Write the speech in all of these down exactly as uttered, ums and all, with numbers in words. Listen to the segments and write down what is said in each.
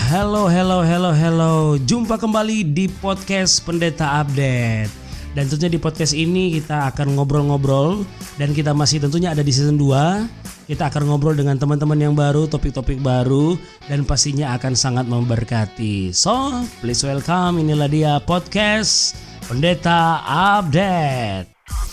Hello, hello, hello, hello. Jumpa kembali di podcast Pendeta Update. Dan tentunya di podcast ini kita akan ngobrol-ngobrol. Dan kita masih tentunya ada di season dua. Kita akan ngobrol dengan teman-teman yang baru, topik-topik baru. Dan pastinya akan sangat memberkati. So, please welcome. Inilah dia podcast Pendeta Update.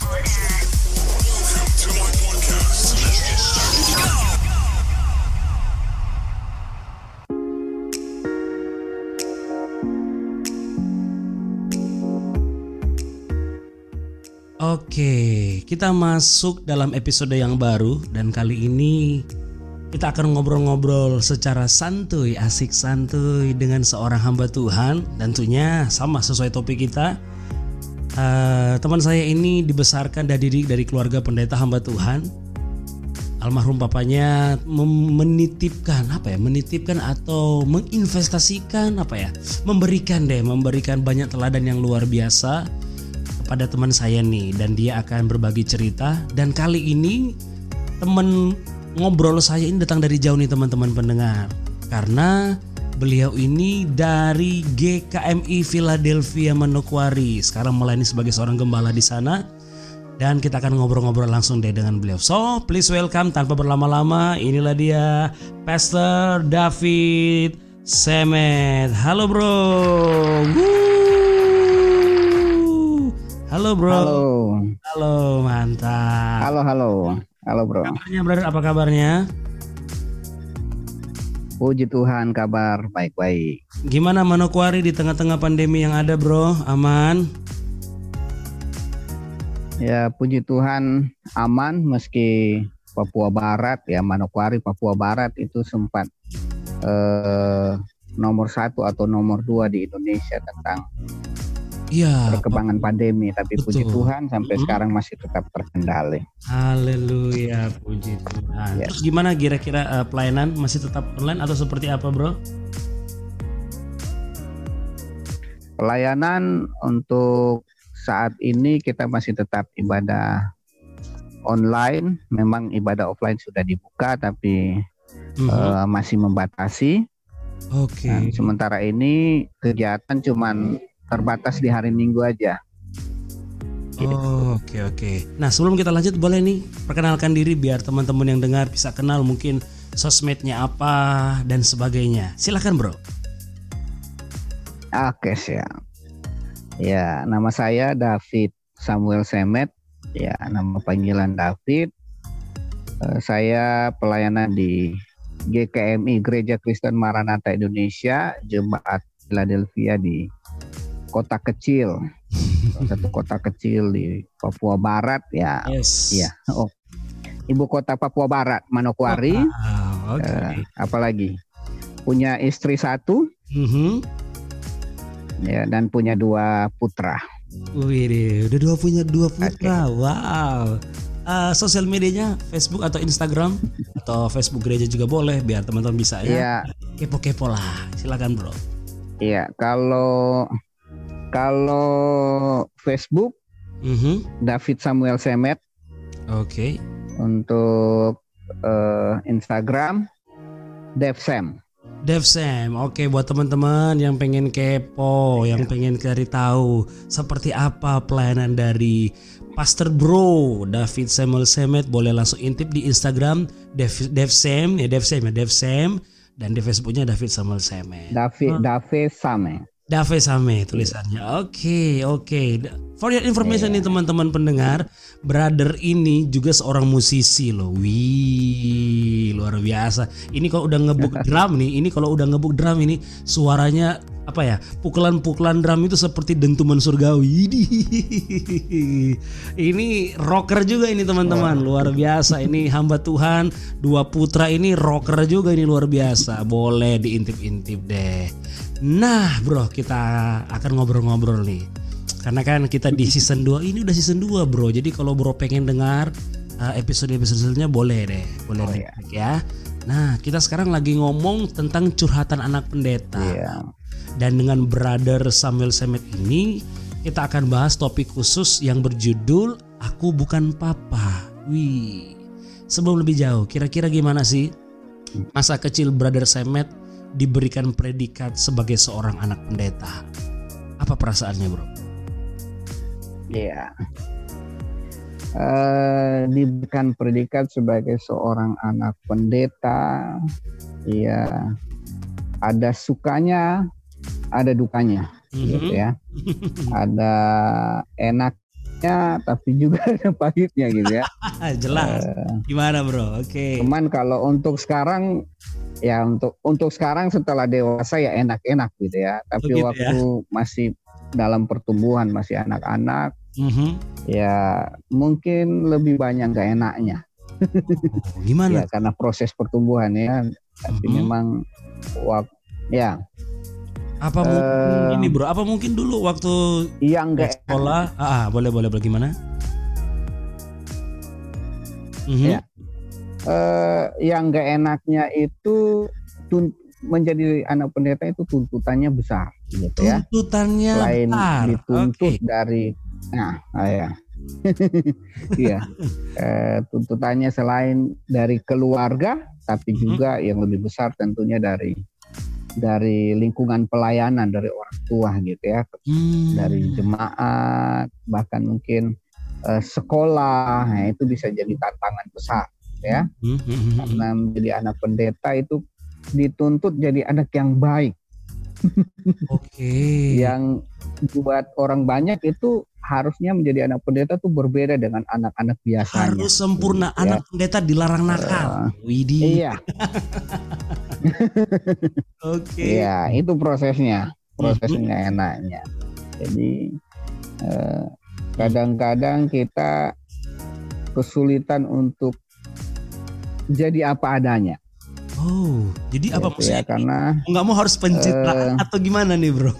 Oke, kita masuk dalam episode yang baru dan kali ini kita akan ngobrol-ngobrol secara santuy, asik santuy dengan seorang hamba Tuhan. Tentunya sama sesuai topik kita. Uh, teman saya ini dibesarkan dari dari keluarga pendeta hamba Tuhan. Almarhum papanya mem- menitipkan apa ya? Menitipkan atau menginvestasikan apa ya? Memberikan deh, memberikan banyak teladan yang luar biasa pada teman saya nih, dan dia akan berbagi cerita. Dan kali ini teman ngobrol saya ini datang dari jauh nih teman-teman pendengar, karena beliau ini dari G K M I Philadelphia Manokwari, sekarang melayani sebagai seorang gembala di sana. Dan kita akan ngobrol-ngobrol langsung deh dengan beliau. So please welcome, tanpa berlama-lama, inilah dia Pastor David Semet. Halo bro. Woo. Halo bro. Halo. Halo, mantap. Halo, halo. Halo bro. Kabarnya brother, apa kabarnya? Puji Tuhan, kabar baik-baik. Gimana Manokwari di tengah-tengah pandemi yang ada bro? Aman? Ya puji Tuhan aman, meski Papua Barat ya, Manokwari Papua Barat itu sempat eh, nomor satu atau nomor dua di Indonesia tentang ya, perkembangan pandemi, tapi betul. Puji Tuhan sampai hmm. sekarang masih tetap terkendali. Haleluya, puji Tuhan. Ya. Terus gimana kira-kira uh, pelayanan masih tetap online atau seperti apa bro? Pelayanan untuk saat ini kita masih tetap ibadah online. Memang ibadah offline sudah dibuka, tapi mm-hmm. uh, masih membatasi. Oke. Okay. Sementara ini kegiatan cuman terbatas di hari Minggu aja. Gitu. Oh, oke okay, oke. Okay. Nah sebelum kita lanjut, boleh nih perkenalkan diri biar teman-teman yang dengar bisa kenal mungkin sosmednya apa dan sebagainya. Silakan bro. Oke siap. Ya, nama saya David Samuel Semet. Ya, nama panggilan David. Uh, saya pelayanan di G K M I Gereja Kristen Maranatha Indonesia, Jemaat Philadelphia di kota kecil, satu kota kecil di Papua Barat ya. Yes. Ya. Oh, ibu kota Papua Barat, Manokwari. Oh, Oke. Okay. Uh, apalagi punya istri satu. Mm-hmm. Ya, dan punya dua putra. Wih, udah dua punya dua putra. Okay. Wow. Uh, sosial medianya Facebook atau Instagram atau Facebook gereja juga boleh biar teman-teman bisa ya, ya kepo-kepo lah. Silakan bro. Iya, kalau kalau Facebook mm-hmm. David Samuel Semet. Oke. Okay. Untuk uh, Instagram DevSam. DevSam, oke okay, buat teman-teman yang pengen kepo, yeah. yang pengen cari tahu seperti apa pelayanan dari Pastor Bro David Samuel Semet, boleh langsung intip di Instagram Dev, DevSam, ya DevSam ya DevSam, dan di Facebooknya David Samuel Semet. David oh. David Same. David Same tulisannya. Oke, okay, oke. Okay. For your information yeah. nih teman-teman pendengar, brother ini juga seorang musisi loh. Wih, luar biasa. Ini kalau udah ngebuk drum nih, ini kalau udah ngebuk drum ini suaranya apa ya? Pukulan-pukulan drum itu seperti dentuman surgawi. Ini rocker juga ini teman-teman, luar biasa. Ini hamba Tuhan, dua putra ini rocker juga ini luar biasa. Boleh diintip-intip deh. Nah bro, kita akan ngobrol-ngobrol nih. Karena kan kita di season dua, ini udah season dua bro. Jadi kalau bro pengen dengar uh, episode-episodenya boleh deh. Boleh oh, deh iya. ya. Nah kita sekarang lagi ngomong tentang curhatan anak pendeta. Iya. Dan dengan brother Samuel Semet ini kita akan bahas topik khusus yang berjudul Aku Bukan Papa. Wih. Sebelum lebih jauh, kira-kira gimana sih masa kecil brother Semet diberikan predikat sebagai seorang anak pendeta? Apa perasaannya, bro? Iya. Uh, diberikan predikat sebagai seorang anak pendeta, ya ada sukanya, ada dukanya, mm-hmm. gitu ya. Ada enaknya, tapi juga ada pahitnya, gitu ya. Jelas. Uh, Gimana, bro? Oke. Okay. Cuman kalau untuk sekarang, ya untuk untuk sekarang setelah dewasa ya enak-enak gitu ya. Tapi Begitu waktu ya? masih dalam pertumbuhan, masih anak-anak. Mm-hmm. Ya mungkin lebih banyak gak enaknya. Oh, gimana? Ya karena proses pertumbuhan ya. Tapi mm-hmm. memang waktu ya. Apa uh, mungkin ini bro? Apa mungkin dulu waktu yang gak sekolah? Ah, ah, boleh boleh bagaimana? Mm-hmm. Ya. Uh, yang gak enaknya itu tun- menjadi anak pendeta itu tuntutannya besar, gitu ya. Tuntutannya Selain besar. dituntut Okay. dari Nah, ah, ya, iya. Eh, tuntutannya selain dari keluarga, tapi juga mm-hmm. yang lebih besar tentunya dari dari lingkungan pelayanan, dari orang tua gitu ya, mm. dari jemaat, bahkan mungkin eh, sekolah, nah, itu bisa jadi tantangan besar, ya. Mm-hmm. Karena menjadi anak pendeta itu dituntut jadi anak yang baik. Oke. Okay. Yang buat orang banyak itu harusnya menjadi anak pendeta tuh berbeda dengan anak-anak biasanya. Harus sempurna, gitu, anak ya. Pendeta dilarang nakal. Uh, Widih. Iya. Oke. Okay. Iya, itu prosesnya, prosesnya mm-hmm. enaknya. Jadi eh, kadang-kadang kita kesulitan untuk jadi apa adanya. Oh, jadi apa maksudnya? Ya, karena nggak mau harus pencitraan uh, atau gimana nih, bro?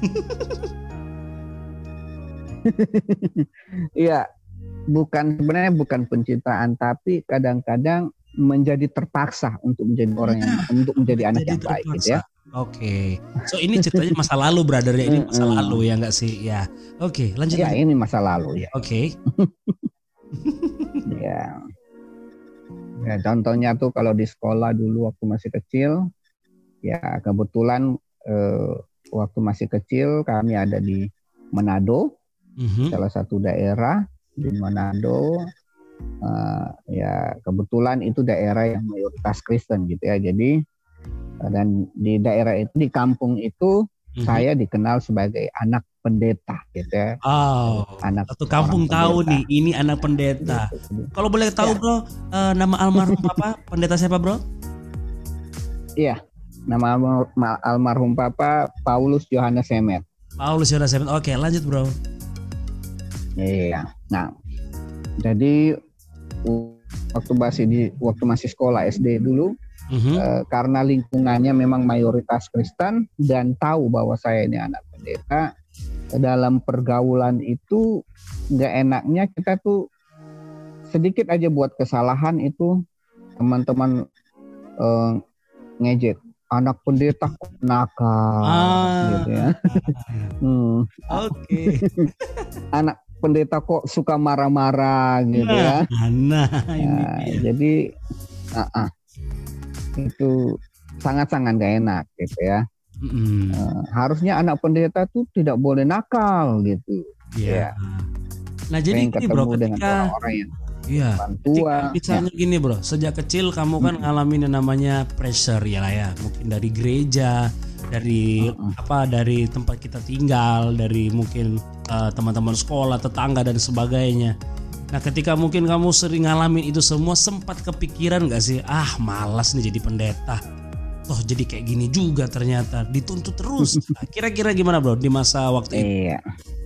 Iya, bukan sebenarnya bukan pencitraan, tapi kadang-kadang menjadi terpaksa untuk menjadi orang yang nah, untuk menjadi anak yang terpaksa. Baik, gitu ya. Oke, okay. So ini ceritanya masa lalu, brother ya, ini masa lalu ya nggak sih? Ya, oke, okay, lanjut. Ya lanjut. ini masa lalu ya. Oke. Okay. Ya. Ya, contohnya tuh kalau di sekolah dulu waktu masih kecil, ya kebetulan eh, waktu masih kecil kami ada di Manado, mm-hmm. salah satu daerah di Manado, uh, ya kebetulan itu daerah yang mayoritas Kristen gitu ya. Jadi dan di daerah itu, di kampung itu, mm-hmm. saya dikenal sebagai anak pendeta gitu ya. Oh, anak satu kampung tahu nih ini anak pendeta. Gitu. Kalau boleh tahu ya. Bro, uh, nama almarhum papa pendeta siapa, bro? Iya, nama almarhum papa Paulus Yohanes Semet. Paulus Yohanes Semet. Oke, lanjut, bro. Iya. Nah, jadi waktu masih di waktu masih sekolah S D dulu, mm-hmm. eh, karena lingkungannya memang mayoritas Kristen dan tahu bahwa saya ini anak pendeta, dalam pergaulan itu nggak enaknya kita tuh sedikit aja buat kesalahan itu teman-teman eh, ngejek. Anak pendeta kok nakal, ah. gitu ya. Hmm. Oke. Okay. Anak pendeta kok suka marah-marah, gitu nah, ya. Nah, ini nah, jadi uh-uh, itu sangat-sangat gak enak, gitu ya. Mm. Uh, harusnya anak pendeta tuh tidak boleh nakal, gitu. Yeah. Ya. Nah, jadi ini bro, ketika dengan orang-orang yang iya, tua, misalnya ya. Gini bro, sejak kecil kamu kan hmm. ngalamin yang namanya pressure ya lah ya, mungkin dari gereja, dari uh-uh. apa, dari tempat kita tinggal, dari mungkin uh, teman-teman sekolah, tetangga dan sebagainya. Nah ketika mungkin kamu sering ngalamin itu semua, sempat kepikiran gak sih, ah malas nih jadi pendeta, toh jadi kayak gini juga ternyata, dituntut terus. Nah, kira-kira gimana bro di masa waktu itu? Iya.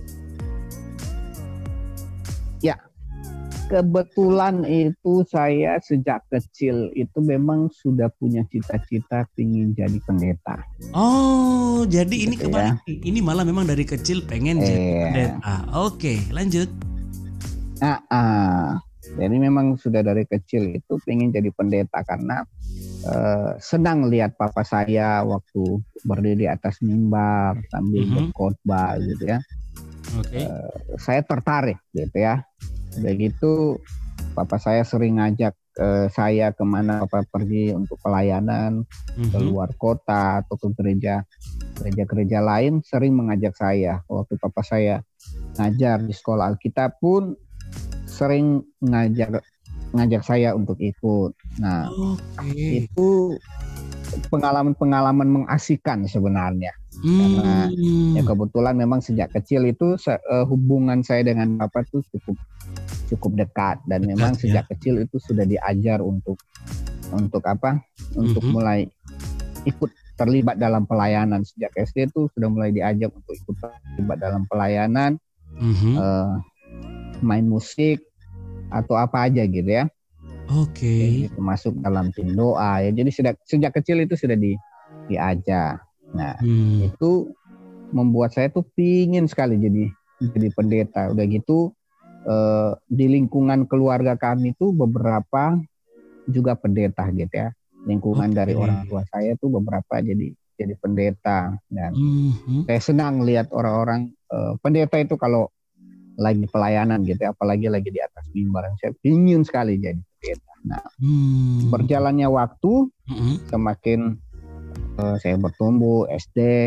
Ya. Kebetulan itu saya sejak kecil itu memang sudah punya cita-cita ingin jadi pendeta. Oh, jadi gitu ini kebalik. Ya. Ini malah memang dari kecil pengen eh. jadi pendeta. Oke, lanjut. Nah, uh, jadi memang sudah dari kecil itu pengen jadi pendeta karena uh, senang lihat papa saya waktu berdiri di atas mimbar sambil mm-hmm. berkhotbah gitu ya. Oke. Okay. Uh, saya tertarik gitu ya. Begitu papa saya sering ngajak uh, saya kemana Papa pergi untuk pelayanan mm-hmm. keluar kota atau ke gereja gereja-gereja lain sering mengajak saya. Waktu Papa saya ngajar di sekolah Alkitab pun sering ngajak ngajak saya untuk ikut. Nah, okay. itu pengalaman-pengalaman mengasihkan sebenarnya. Hmm. Karena ya kebetulan memang sejak kecil itu uh, hubungan saya dengan Bapak itu cukup cukup dekat dan dekat, memang ya. Sejak kecil itu sudah diajar untuk untuk apa? Untuk mm-hmm. mulai ikut terlibat dalam pelayanan. Sejak S D itu sudah mulai diajak untuk ikut terlibat dalam pelayanan, mm-hmm. uh, main musik atau apa aja gitu ya. Oke. Okay. Itu masuk dalam tim doa ya. Jadi sejak sejak kecil itu sudah di diajar. Nah, hmm. itu membuat saya tuh pingin sekali jadi jadi pendeta. Udah gitu eh, di lingkungan keluarga kami tuh beberapa juga pendeta gitu ya. Lingkungan okay. dari orang tua saya tuh beberapa jadi jadi pendeta dan hmm. saya senang lihat orang-orang eh, pendeta itu kalau lagi pelayanan gitu ya, apalagi lagi di atas mimbar. Saya pingin sekali jadi pendeta. Nah, hmm. berjalannya waktu hmm. semakin uh, saya bertumbuh S D,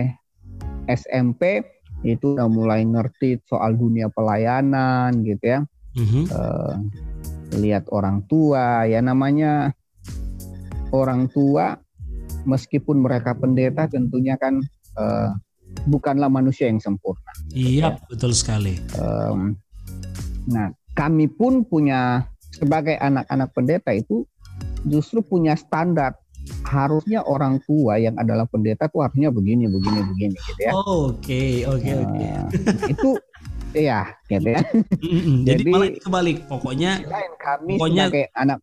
S M P itu udah mulai ngerti soal dunia pelayanan gitu ya. Hmm. Uh, lihat orang tua ya, namanya orang tua meskipun mereka pendeta tentunya kan uh, bukanlah manusia yang sempurna. Iya, ya. Betul sekali. Um, nah, kami pun punya sebagai anak-anak pendeta itu justru punya standar. Harusnya orang tua yang adalah pendeta tuh harusnya begini, begini, begini, gitu ya. Oke, oke, oke. Itu, ya, gitu ya. Jadi, Jadi malah kebalik. Pokoknya, kami pokoknya sebagai anak,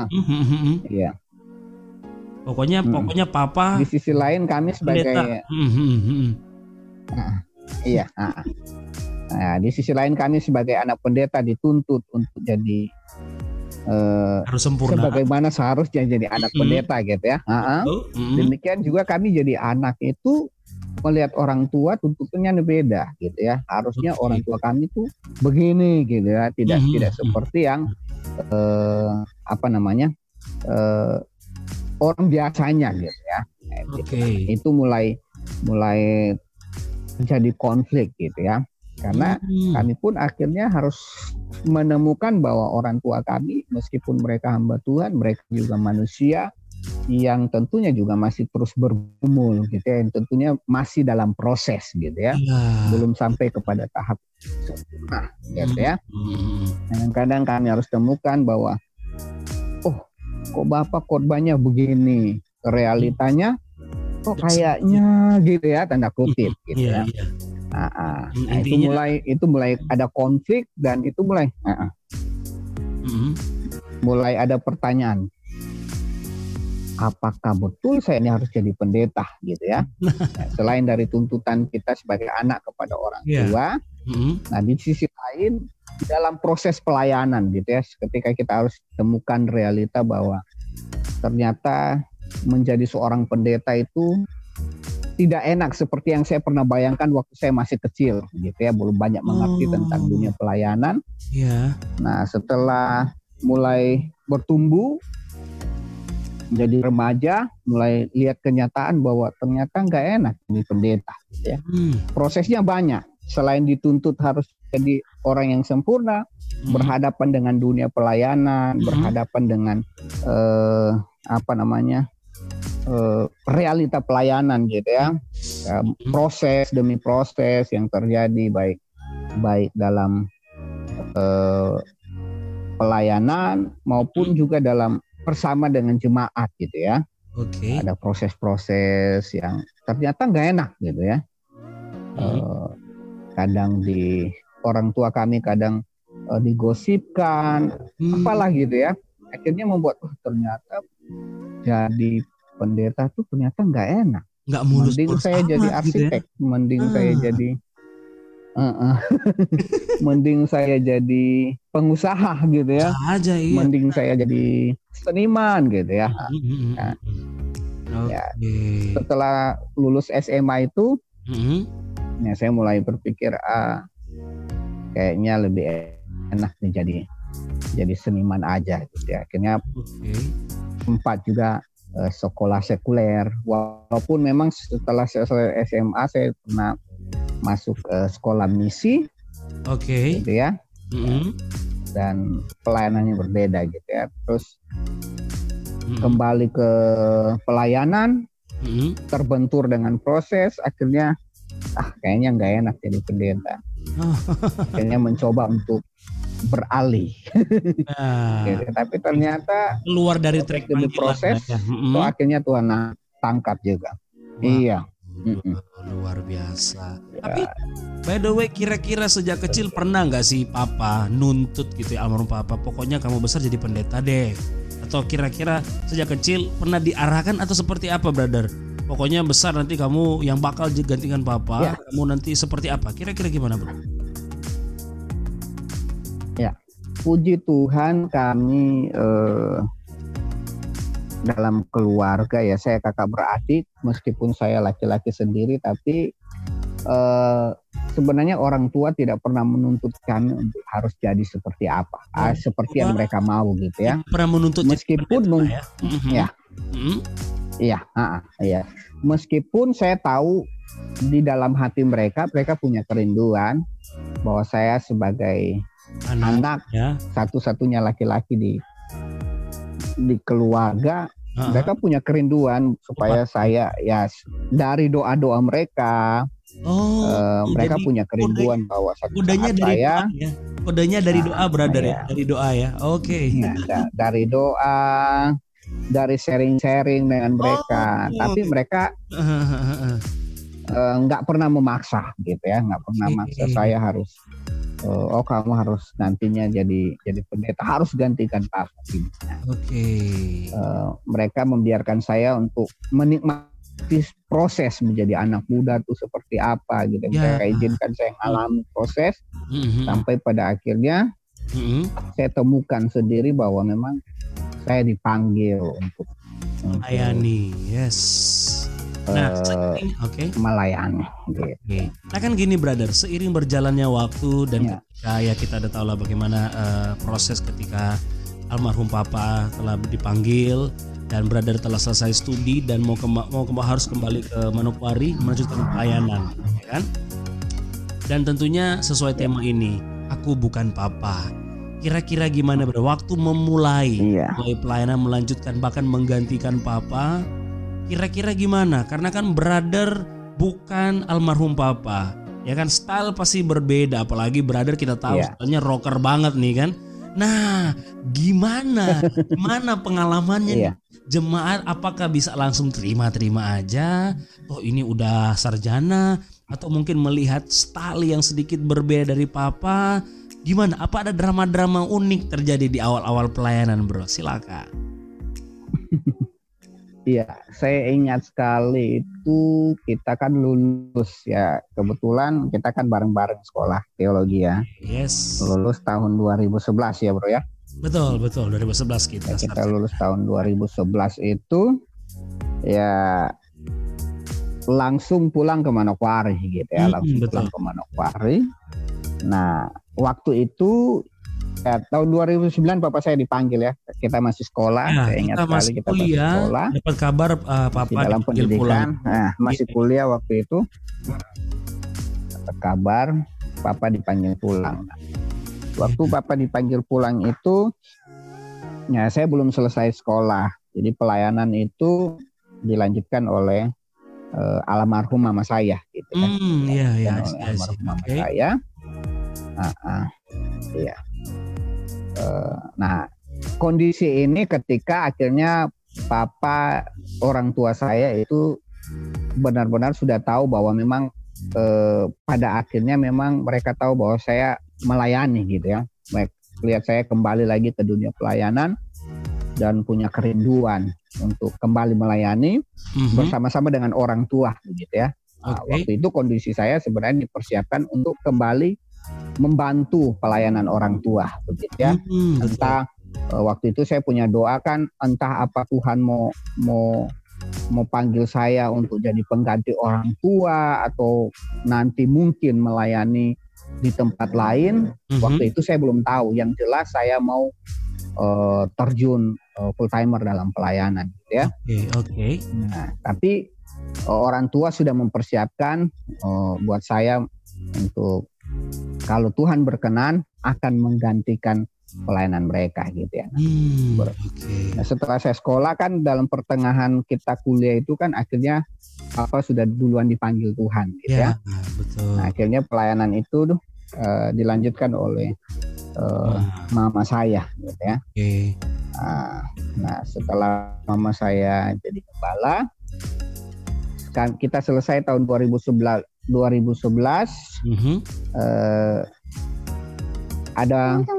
iya. Pokoknya, hmm. pokoknya papa. Di sisi lain kami sebagai Nah, iya. Nah. nah, di sisi lain kami sebagai anak pendeta dituntut untuk jadi uh, harus sempurna. Sebagaimana seharusnya jadi anak mm-hmm. pendeta gitu ya. Uh-huh. Mm-hmm. Demikian juga kami jadi anak itu melihat orang tua tuntutannya beda gitu ya. Harusnya okay. orang tua kami tuh begini gitu ya, tidak mm-hmm. tidak seperti yang uh, apa namanya uh, orang biasanya gitu ya. Nah, okay. gitu. Itu mulai mulai jadi konflik gitu ya, karena hmm. kami pun akhirnya harus menemukan bahwa orang tua kami meskipun mereka hamba Tuhan, mereka juga manusia yang tentunya juga masih terus bergumul gitu ya, yang tentunya masih dalam proses gitu ya, nah. belum sampai kepada tahap sempurna gitu ya. Hmm. Kadang-kadang kami harus temukan bahwa oh kok Bapak khotbahnya begini, realitanya kok kayaknya gitu ya, tanda kutip gitu yeah, ya. Yeah. Nah, nah itu mulai itu mulai ada konflik dan itu mulai uh, mm-hmm. mulai ada pertanyaan. Apakah betul saya ini harus jadi pendeta gitu ya? Nah, selain dari tuntutan kita sebagai anak kepada orang yeah. tua, mm-hmm. nah di sisi lain dalam proses pelayanan gitu ya, ketika kita harus temukan realita bahwa ternyata menjadi seorang pendeta itu tidak enak seperti yang saya pernah bayangkan waktu saya masih kecil gitu ya, belum banyak mengerti oh. tentang dunia pelayanan. Yeah. Nah, setelah mulai bertumbuh menjadi remaja, mulai lihat kenyataan bahwa ternyata nggak enak jadi pendeta gitu ya. Hmm. Prosesnya banyak. Selain dituntut harus jadi orang yang sempurna, hmm. berhadapan dengan dunia pelayanan, hmm. berhadapan dengan eh, apa namanya? Uh, realita pelayanan gitu ya, uh, proses demi proses yang terjadi baik baik dalam uh, pelayanan maupun juga dalam bersama dengan jemaat gitu ya. Oke. Okay. Ada proses-proses yang ternyata nggak enak gitu ya. Uh, kadang di orang tua kami kadang uh, digosipkan, hmm. apalah gitu ya. Akhirnya membuat oh, ternyata jadi pendeta tuh ternyata nggak enak. Nggak mulus. Mending saya jadi arsitek, gitu ya? Mending ah. saya jadi, uh-uh. mending saya jadi pengusaha gitu ya. Aja, iya. Mending saya jadi seniman gitu ya. Mm-hmm. Nah, okay. ya. Setelah lulus S M A itu, mm-hmm. ya saya mulai berpikir ah kayaknya lebih enak nih jadi jadi seniman aja gitu ya. Akhirnya Oke. sempat juga uh, sekolah sekuler, walaupun memang setelah selesai S M A saya pernah masuk uh, sekolah misi Oke. gitu ya. Mm-mm. Dan pelayanannya berbeda gitu ya. Terus Mm-mm. kembali ke pelayanan, Mm-mm. terbentur dengan proses, akhirnya ah kayaknya nggak enak jadi pendeta. Akhirnya mencoba untuk beralih. Nah, Gitu. Tapi ternyata keluar dari track demi panggilan proses, ya. itu Mm-mm. akhirnya Tuhan tangkap juga. Wah, Iya. lu- luar biasa. Ya. Tapi by the way, kira-kira sejak kecil pernah nggak sih papa nuntut gitu ya, almarhum papa, pokoknya kamu besar jadi pendeta deh? Atau kira-kira sejak kecil pernah diarahkan atau seperti apa, brother? Pokoknya besar nanti kamu yang bakal gantikan papa, Ya. kamu nanti seperti apa? Kira-kira gimana, bro? Ya, puji Tuhan kami eh, dalam keluarga ya, saya kakak beradik, meskipun saya laki-laki sendiri, tapi eh, sebenarnya orang tua tidak pernah menuntut kami untuk harus jadi seperti apa, ah, seperti yang mereka mau gitu ya. Pernah menuntut jadi Meskipun pendeta, meng- ya. Mhm. ya. Mhm. Iya, ah, ah, iya. Meskipun saya tahu di dalam hati mereka, mereka punya kerinduan bahwa saya sebagai Anak, anak ya. satu-satunya laki-laki di di keluarga, Uh-huh. mereka punya kerinduan supaya Apa? saya ya dari doa-doa mereka, Oh, eh, mereka jadi punya kerinduan bahwa satu kodenya saat dari saya doa ya. Kodenya dari Nah, doa, brother ya. iya. Dari doa ya. Oke. ya, da- dari doa, dari sharing-sharing dengan mereka, Oh. tapi mereka eh, nggak pernah memaksa gitu ya, nggak pernah Oke. maksa saya harus eh, oh kamu harus nantinya jadi jadi pendeta, harus gantikan papa gitu. Oke. Eh, mereka membiarkan saya untuk menikmati proses menjadi anak muda itu seperti apa gitu. Ya. Mereka izinkan saya mengalami proses Mhm. sampai pada akhirnya Mhm. saya temukan sendiri bahwa memang saya dipanggil untuk, untuk Melayani. Yes. Nah, eh, seiring, oke. melayani gitu. Oke. Nah kan gini, brother, seiring berjalannya waktu dan Ya. ketika ya kita udah tahu lah bagaimana eh, proses ketika almarhum papa telah dipanggil dan brother telah selesai studi dan mau kemba- mau kemba- harus kembali ke Manokwari melanjutkan pelayanan, ya kan? Dan tentunya sesuai tema ini, aku bukan papa. Kira-kira gimana, bro? Waktu memulai Iya. mulai pelayanan, melanjutkan bahkan menggantikan papa, kira-kira gimana? Karena kan brother bukan almarhum papa, ya kan? Style pasti berbeda, apalagi brother kita tahu Iya. stylenya rocker banget nih kan. Nah, gimana? Gimana pengalamannya nih? Iya. Jemaat apakah bisa langsung terima-terima aja? Oh ini udah sarjana, atau mungkin melihat style yang sedikit berbeda dari papa? Gimana? Apa ada drama-drama unik terjadi di awal-awal pelayanan, bro? Silakan. Iya, saya ingat sekali itu kita kan lulus ya. Kebetulan kita kan bareng-bareng sekolah teologi ya. Yes. Lulus tahun dua ribu sebelas ya bro ya. Betul, betul. dua ribu sebelas kita. Ya, kita start. lulus tahun dua ribu sebelas itu ya langsung pulang ke Manokwari gitu ya. Hmm, Langsung betul. pulang ke Manokwari. Nah, waktu itu ya, tahun dua ribu sembilan papa saya dipanggil ya. Kita masih sekolah, Ya, saya ingat kita sekali masih kita masih kuliah, sekolah. dapat kabar uh, papa Masih dalam dipanggil pulang. pendidikan, nah, masih Iya. kuliah waktu itu. Dapat kabar papa dipanggil pulang. Nah, waktu Iya. papa dipanggil pulang itu, ya saya belum selesai sekolah. Jadi pelayanan itu dilanjutkan oleh uh, almarhum mama saya, gitu kan. Hmm, iya, iya, Dilanjutkan oleh iya, almarhum iya. mama Oke. saya. Ah, ah, iya. Uh, nah, kondisi ini ketika akhirnya papa orang tua saya itu benar-benar sudah tahu bahwa memang eh, pada akhirnya memang mereka tahu bahwa saya melayani gitu ya. Baik, lihat saya kembali lagi ke dunia pelayanan dan punya kerinduan untuk kembali melayani Mhm. bersama-sama dengan orang tua gitu ya. Nah, Oke. waktu itu kondisi saya sebenarnya dipersiapkan untuk kembali membantu pelayanan orang tua begitu ya. Hmm, betul. Entah eh, waktu itu saya punya doa kan, entah apa Tuhan mau mau mau panggil saya untuk jadi pengganti orang tua atau nanti mungkin melayani di tempat lain. Mm-hmm. Waktu itu saya belum tahu. Yang jelas saya mau uh, terjun uh, full timer dalam pelayanan, gitu ya. Oke, okay, oke. Okay. Nah, tapi uh, orang tua sudah mempersiapkan uh, buat saya untuk kalau Tuhan berkenan akan menggantikan pelayanan mereka, gitu ya. Hmm, okay. Nah, setelah saya sekolah kan dalam pertengahan kita kuliah itu kan akhirnya apa sudah duluan dipanggil Tuhan, gitu ya. Ya, betul. Nah, akhirnya pelayanan itu uh, dilanjutkan oleh uh, nah. mama saya, gitu ya. Okay. Nah, nah, setelah mama saya jadi gembala, kan kita selesai tahun dua ribu sebelas. Mm-hmm. uh, ada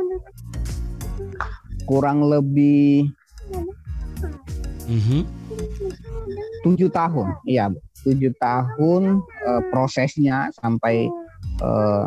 kurang lebih mm-hmm. tujuh tahun, iya tujuh tahun uh, prosesnya sampai uh,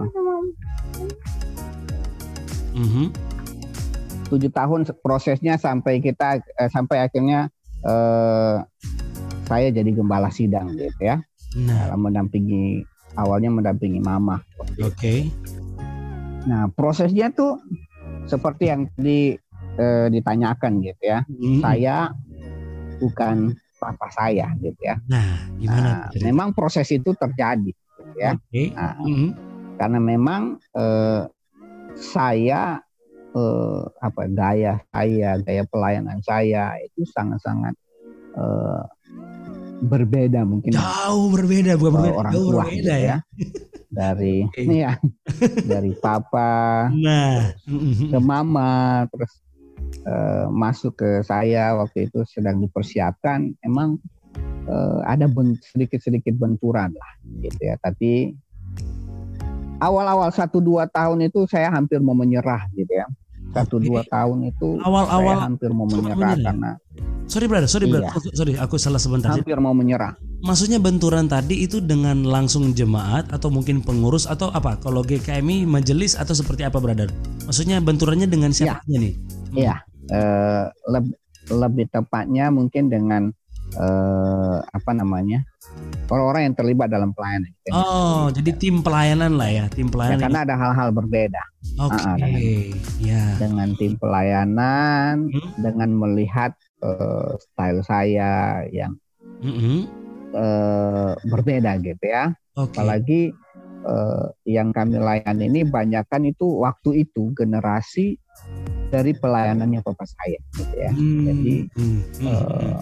mm-hmm. tujuh tahun prosesnya sampai kita uh, sampai akhirnya uh, saya jadi gembala sidang, gitu ya. Nah, mendampingi awalnya mendampingi mama. Oke. Okay. Nah, prosesnya tuh seperti yang di eh, ditanyakan, gitu ya. Mm-hmm. Saya bukan papa saya, gitu ya. Nah, gimana? Nah, memang proses itu terjadi, gitu ya. Okay. Nah, mm-hmm. Karena memang eh, saya eh, apa gaya saya, gaya pelayanan saya itu sangat-sangat eh, berbeda mungkin. Jauh berbeda, bukan berbeda, orang jauh tua, berbeda, gitu ya. Dari okay. nih ya, dari papa nah. ke mama, terus uh, masuk ke saya waktu itu sedang dipersiapkan. Emang uh, ada ben- sedikit-sedikit benturan lah, gitu ya. Tapi awal-awal satu dua tahun itu saya hampir mau menyerah, gitu ya. Satu okay. dua tahun itu awal-awal saya hampir mau menyerah karena sorry brother, sorry brother, iya. sorry aku salah sebentar. Hampir mau menyerah. Maksudnya benturan tadi itu dengan langsung jemaat atau mungkin pengurus atau apa? Kalau G K M I majelis atau seperti apa brother? Maksudnya benturannya dengan siapa ya. nih? Iya, hmm. uh, leb- lebih tepatnya mungkin dengan uh, apa namanya? orang-orang yang terlibat dalam pelayanan. Oh, jadi tim pelayanan lah ya, tim pelayanan. Ya, karena ada hal-hal berbeda. Oke. Okay. Dengan, ya. dengan tim pelayanan, hmm? dengan melihat uh, style saya yang mm-hmm. uh, berbeda, gitu ya. Okay. Apalagi uh, yang kami layani ini banyakkan itu waktu itu generasi dari pelayanannya papa saya, gitu ya. Hmm. Jadi. Hmm. Uh,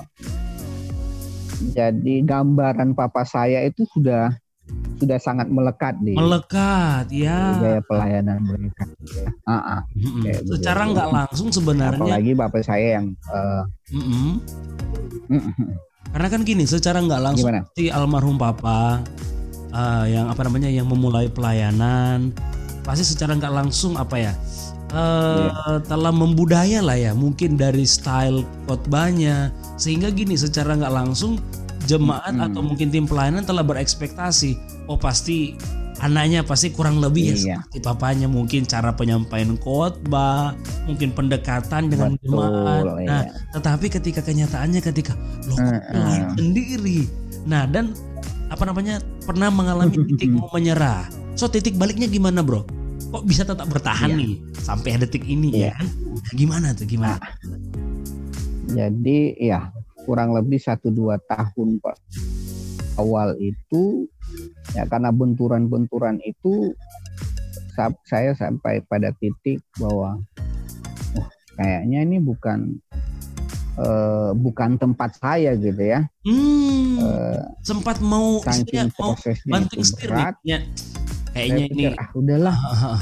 Jadi gambaran papa saya itu sudah sudah sangat melekat di melekat ya gaya pelayanan mereka. Ya. Uh-uh. Mm-hmm. Secara nggak langsung sebenarnya. Apalagi bapak saya yang. Uh, mm-hmm. Mm-hmm. Karena kan gini, secara nggak langsung Gimana? Si almarhum papa uh, yang apa namanya yang memulai pelayanan pasti secara nggak langsung apa ya uh, yeah. telah membudaya lah ya mungkin dari style khotbahnya. Sehingga gini secara nggak langsung jemaat hmm. atau mungkin tim pelayanan telah berekspektasi oh pasti anaknya pasti kurang lebih ya iya. seperti papanya, mungkin cara penyampaian khotbah, mungkin pendekatan dengan Betul, jemaat. Nah, iya. tetapi ketika kenyataannya ketika loh uh, uh. sendiri. Nah, dan apa namanya pernah mengalami titik mau menyerah. So titik baliknya gimana, bro? Kok bisa tetap bertahan iya. nih sampai detik ini iya. ya kan? Nah, gimana tuh gimana? Nah. Jadi ya kurang lebih satu dua tahun Pak awal itu ya karena benturan-benturan itu saya sampai pada titik bahwa oh, kayaknya ini bukan uh, bukan tempat saya, gitu ya. Hmm, uh, sempat mau saking prosesnya banting itu setir berat. Ya. Kayaknya saya pikir, ini ah udahlah.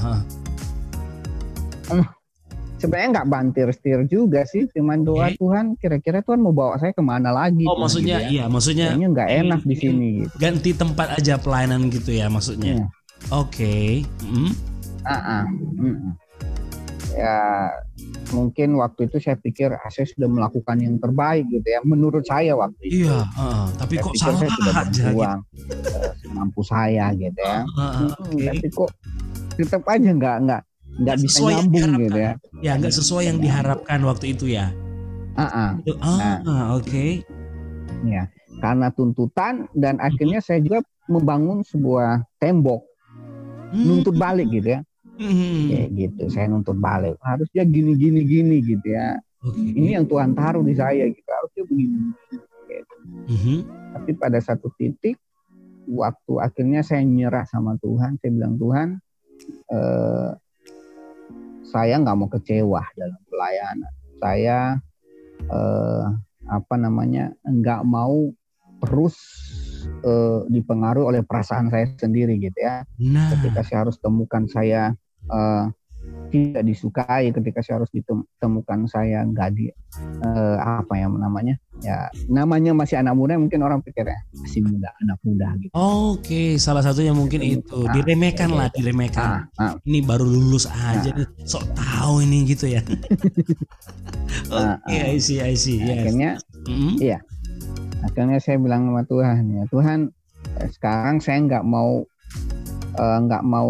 Sebenarnya nggak bantir setir juga sih, cuman doa okay. Tuhan kira-kira Tuhan mau bawa saya kemana lagi? Oh Tuhan, maksudnya gitu ya. Iya maksudnya kayaknya nggak enak di sini. Gitu. Ganti tempat aja pelayanan gitu ya maksudnya. Hmm. Oke. Okay. Mm. Uh-uh. Mm. Ya mungkin waktu itu saya pikir ah, saya sudah melakukan yang terbaik gitu ya menurut saya waktu itu. Iya. Uh, tapi saya kok salah saya sudah aja berjuang gitu. Semampu saya gitu ya. Uh, uh, okay. Tapi kok tetap aja nggak nggak nggak bisa nyambung gitu ya. Ya nggak sesuai yang diharapkan waktu itu ya. Uh-uh. Ah, nah, oke. Okay. Ya, karena tuntutan dan akhirnya saya juga membangun sebuah tembok nuntut balik gitu ya. Hmm. Kayak gitu, saya nuntut balik. Harusnya gini gini gini gitu ya. Okay. Ini yang Tuhan taruh di saya gitu. Harusnya begini. Gitu. Mm-hmm. Tapi pada satu titik waktu akhirnya saya nyerah sama Tuhan, saya bilang Tuhan, eh, saya nggak mau kecewa dalam pelayanan. Saya eh, apa namanya nggak mau terus eh, dipengaruhi oleh perasaan saya sendiri gitu ya. Nah. Ketika saya harus temukan saya eh, tidak disukai, ketika saya harus ditemukan saya nggak di eh, apa ya namanya ya namanya masih anak muda, mungkin orang pikirnya masih muda, anak muda gitu. Oke, okay. Salah satunya mungkin itu, itu. Nah, diremehkan ya, lah, ya. diremehkan. Nah, nah. Ini baru lulus aja nah. nih, sok tahu ini gitu ya. Oke, okay, nah, I see, I see. Yes. Akhirnya, mm-hmm. iya. Akhirnya saya bilang sama Tuhan, ya Tuhan, sekarang saya nggak mau nggak uh, mau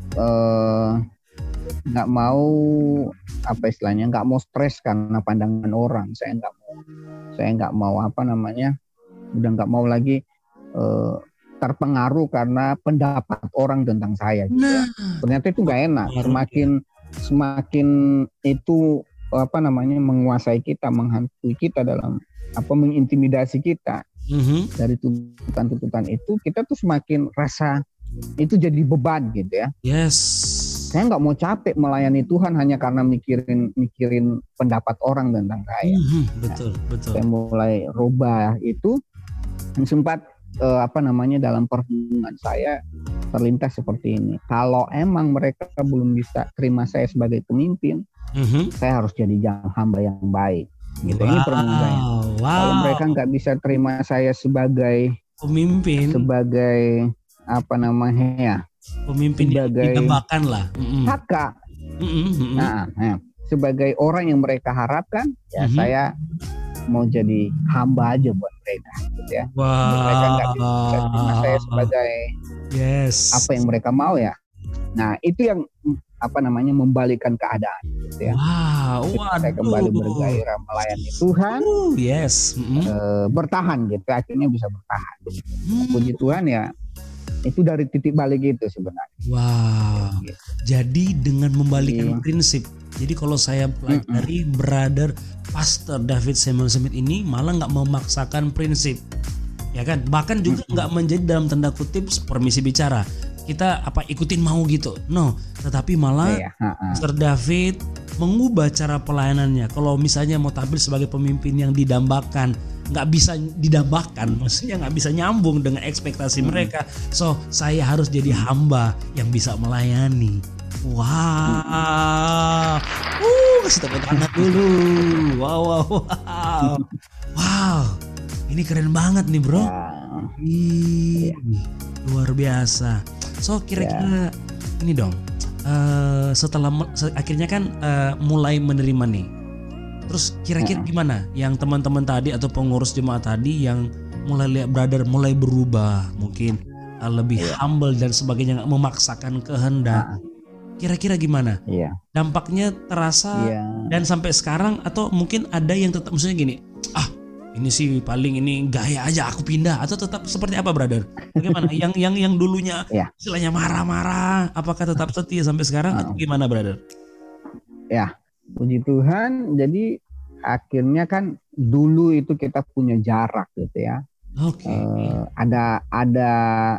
nggak uh, mau apa istilahnya nggak mau stres karena pandangan orang. Saya nggak mau saya nggak mau apa namanya udah nggak mau lagi uh, terpengaruh karena pendapat orang tentang saya. Gitu ya. Ternyata itu nggak enak. Semakin semakin itu apa namanya menguasai kita, menghantui kita dalam apa mengintimidasi kita. Mm-hmm. Dari tuntutan-tuntutan itu kita tuh semakin rasa itu jadi beban gitu ya. Yes. Saya nggak mau capek melayani Tuhan hanya karena mikirin mikirin pendapat orang tentang saya. Mm-hmm. Betul, nah, betul. Saya mulai rubah itu. Sempat eh, apa namanya dalam perhubungan saya terlintas seperti ini. Kalau emang mereka belum bisa terima saya sebagai pemimpin, mm-hmm. saya harus jadi hamba yang baik. Gitu. Wow. Ini perenungan saya. Wow. Kalau mereka nggak bisa terima saya sebagai pemimpin, sebagai apa namanya ya, pemimpin sebagai didambakan lah, mm-hmm. kakak, mm-hmm. nah, nah, sebagai orang yang mereka harapkan, ya mm-hmm. saya mau jadi hamba aja buat mereka, gitu ya. Wow. Mereka nggak bisa terima saya sebagai yes. apa yang mereka mau ya. Nah itu yang apa namanya membalikkan keadaan, gitu ya. Wow, saya kembali bergairah melayani Tuhan, uh, yes, mm-hmm. e, bertahan gitu, akhirnya bisa bertahan. Mm. Puji Tuhan ya, itu dari titik balik itu sebenarnya. Wow, gitu. Jadi dengan membalikkan yeah. prinsip, jadi kalau saya pelajari mm-hmm. brother Pastor David Samuel Smith ini malah nggak memaksakan prinsip, ya kan? Bahkan juga nggak mm-hmm. menjadi dalam tanda kutip permisi bicara. Kita apa ikutin mau gitu, no. Tetapi malah yeah, uh-uh. Pastor David mengubah cara pelayanannya. Kalau misalnya mau tampil sebagai pemimpin yang didambakan, nggak bisa didambakan, maksudnya nggak bisa nyambung dengan ekspektasi hmm. mereka. So saya harus jadi hamba yang bisa melayani. Wow, uh, kasih tepuk tangan dulu. Wow, wow, wow, wow. Ini keren banget nih bro. Wow. Ih, luar biasa. So kira-kira yeah. ini dong. Uh, setelah akhirnya kan uh, mulai menerima nih. Terus kira-kira gimana yang teman-teman tadi atau pengurus jemaat tadi yang mulai lihat brother mulai berubah, mungkin uh, lebih yeah. humble dan sebagainya, nggak memaksakan kehendak. Nah. Kira-kira gimana? Yeah. Dampaknya terasa yeah. dan sampai sekarang, atau mungkin ada yang tetap maksudnya gini, ah ini sih paling ini gaya aja aku pindah, atau tetap seperti apa brother? Bagaimana? yang yang yang dulunya yeah. istilahnya marah-marah, apakah tetap setia sampai sekarang atau gimana brother? Ya. Puji Tuhan, jadi akhirnya kan dulu itu kita punya jarak gitu ya. Oke. Okay. Uh, ada ada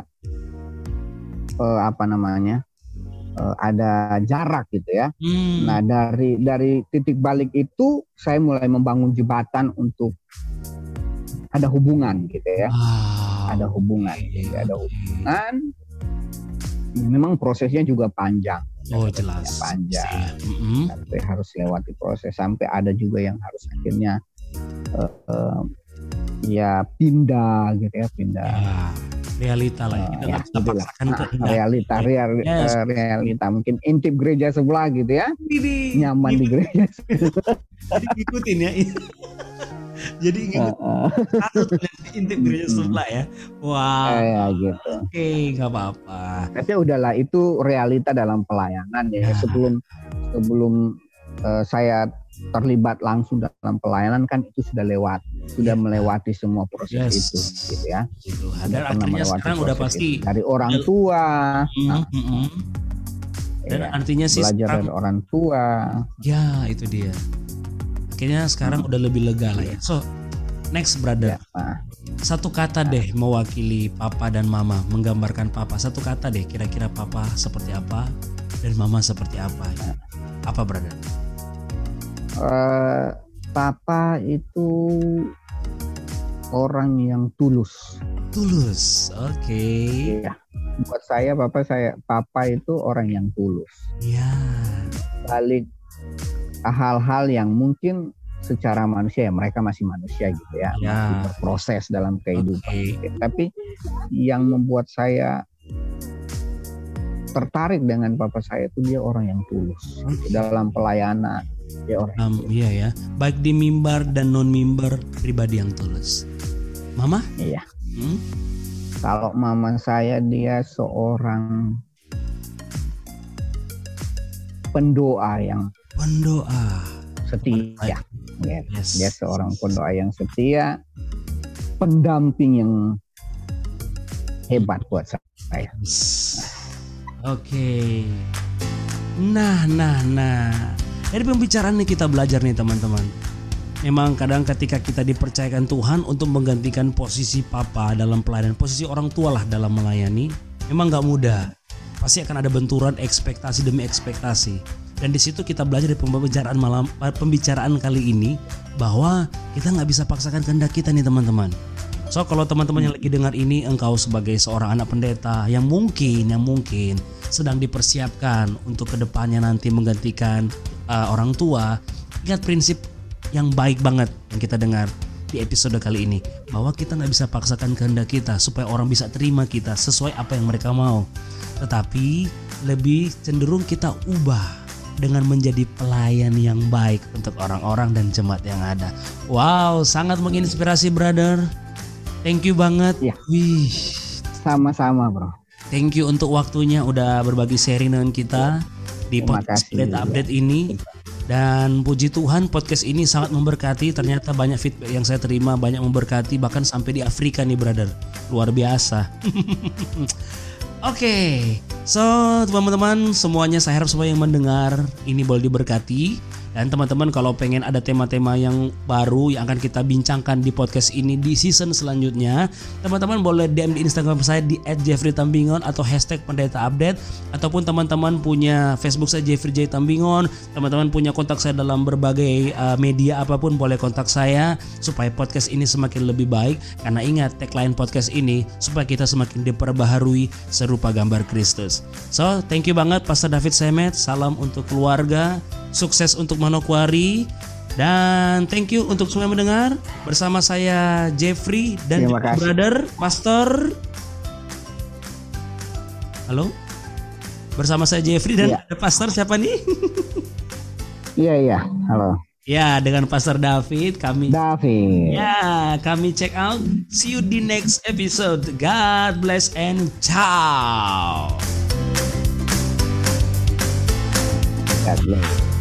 uh, apa namanya? Uh, ada jarak gitu ya. Hmm. Nah dari dari titik balik itu saya mulai membangun jembatan untuk ada hubungan gitu ya. Wow. Ada hubungan, gitu. Ada hubungan. Memang prosesnya juga panjang. Oh jelas. Panjang. Mm-hmm. Sampai harus lewati proses. Sampai ada juga yang harus akhirnya uh, uh, ya pindah gitu ya, pindah. Ya, realita lah. Kita nggak bisa paksakan nah, realita, real, yes. uh, realita. Mungkin intip gereja sebelah gitu ya. Didi. Nyaman di gereja. Jadi ikutin ya. Jadi ingat uh, uh. harus intip gereja sebelah ya. Wah. Wow. Ya gitu. Oke, okay, nggak apa-apa. Tapi udahlah, itu realita dalam pelayanan ya. ya. Sebelum sebelum uh, saya terlibat langsung dalam pelayanan kan itu sudah lewat, sudah Ya. melewati semua proses Yes. itu, gitu ya. Gitu. Sudah Dan pernah artinya melewati sekarang udah proses pasti itu. Dari orang udah- tua, Mm, nah, mm, mm. Dan ya, artinya sih belajar sekarang, dari orang tua. ya itu dia. Akhirnya sekarang udah lebih lega lah ya. So next brother, Ya, nah, satu kata deh mewakili papa dan mama, menggambarkan papa. Satu kata deh, kira-kira papa seperti apa dan mama seperti apa? Apa brother? eh, Papa itu orang yang tulus. Tulus, oke. Iya. Buat saya, papa saya, papa itu orang yang tulus. Ya, Balik hal-hal yang mungkin secara manusia, ya mereka masih manusia gitu ya, Ya. masih berproses dalam kehidupan. oke. Tapi yang membuat saya tertarik dengan papa saya itu dia orang yang tulus dalam pelayanan. Dia orang yang Um, iya ya, baik di mimbar dan non mimbar, pribadi yang tulus. Mama? Iya. Hmm? Kalau mama saya dia seorang pendoa yang Pendoa. setia. Ya, Yes. dia seorang pendoa yang setia, pendamping yang hebat buat saya. Yes. Oke. Nah, nah, nah. Dari pembicaraan ini kita belajar nih teman-teman. Memang kadang ketika kita dipercayakan Tuhan untuk menggantikan posisi papa dalam pelayanan, posisi orang tua lah dalam melayani, memang nggak mudah. Pasti akan ada benturan ekspektasi demi ekspektasi. Dan di situ kita belajar dari pembicaraan malam, pembicaraan kali ini bahwa kita nggak bisa paksakan kehendak kita nih teman-teman. So kalau teman-teman yang lagi dengar ini, engkau sebagai seorang anak pendeta yang mungkin yang mungkin sedang dipersiapkan untuk kedepannya nanti menggantikan uh, orang tua, ingat prinsip yang baik banget yang kita dengar di episode kali ini, bahwa kita nggak bisa paksakan kehendak kita supaya orang bisa terima kita sesuai apa yang mereka mau, tetapi lebih cenderung kita ubah dengan menjadi pelayan yang baik untuk orang-orang dan jemaat yang ada. Wow, sangat menginspirasi brother. Thank you banget. Ya. Wih, Sama-sama, bro. thank you untuk waktunya udah berbagi sharing dengan kita di Terima podcast kasih. Pendeta Update ini. Dan puji Tuhan podcast ini sangat memberkati. Ternyata banyak feedback yang saya terima, banyak memberkati, bahkan sampai di Afrika nih brother. Luar biasa. Oke, okay. So teman-teman semuanya, saya harap semua yang mendengar ini boleh diberkati. Dan teman-teman kalau pengen ada tema-tema yang baru yang akan kita bincangkan di podcast ini di season selanjutnya, teman-teman boleh D M di Instagram saya di et jeffrey tambingon atau hashtag pendeta update, ataupun teman-teman punya Facebook saya Jeffrey J Tambingon, teman-teman punya kontak saya dalam berbagai uh, media apapun, boleh kontak saya supaya podcast ini semakin lebih baik. Karena ingat tagline podcast ini, supaya kita semakin diperbaharui serupa gambar Kristus. So thank you banget Pastor David Semet, salam untuk keluarga, sukses untuk Manokwari, dan thank you untuk semua yang mendengar. Bersama saya Jeffrey dan Terima kasih. brother Pastor. Halo. Bersama saya Jeffrey dan Iya. ada Pastor siapa nih? Iya, iya. Halo. Ya, dengan Pastor David kami David. Ya, kami check out. See you di next episode. God bless and ciao. God bless.